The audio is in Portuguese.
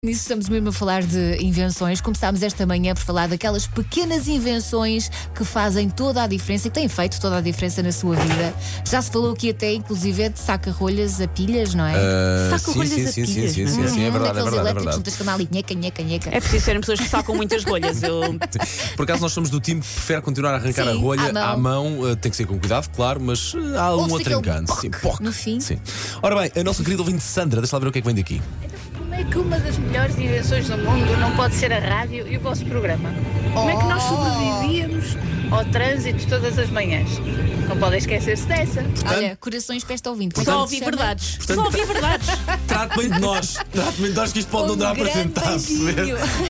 Nisso estamos mesmo a falar de invenções. Começámos esta manhã por falar daquelas pequenas invenções que fazem toda a diferença e que têm feito toda a diferença na sua vida. Já se falou aqui até, inclusive, de saca-rolhas a pilhas, não é? Saca-rolhas a pilhas. Sim, é verdade, é verdade. Juntas com ali, nheca. É preciso serem pessoas que sacam muitas rolhas. Por acaso nós somos do time que prefere continuar a arrancar a rolha à mão. Tem que ser com cuidado, claro, mas há algum outro encanto. Sim, no fim. Sim. Ora bem, a nossa querida ouvinte Sandra, deixa lá ver o que é que vem daqui. Como é que uma das melhores invenções do mundo não pode ser a rádio e o vosso programa? Como é que nós sobrevivíamos ao trânsito todas as manhãs? Não podem esquecer-se dessa. Olha, corações para esta ouvinte. Só ouvi verdades. Só ouvi verdades. Trate bem de nós. Trate bem de nós, que isto pode não dar para sentar.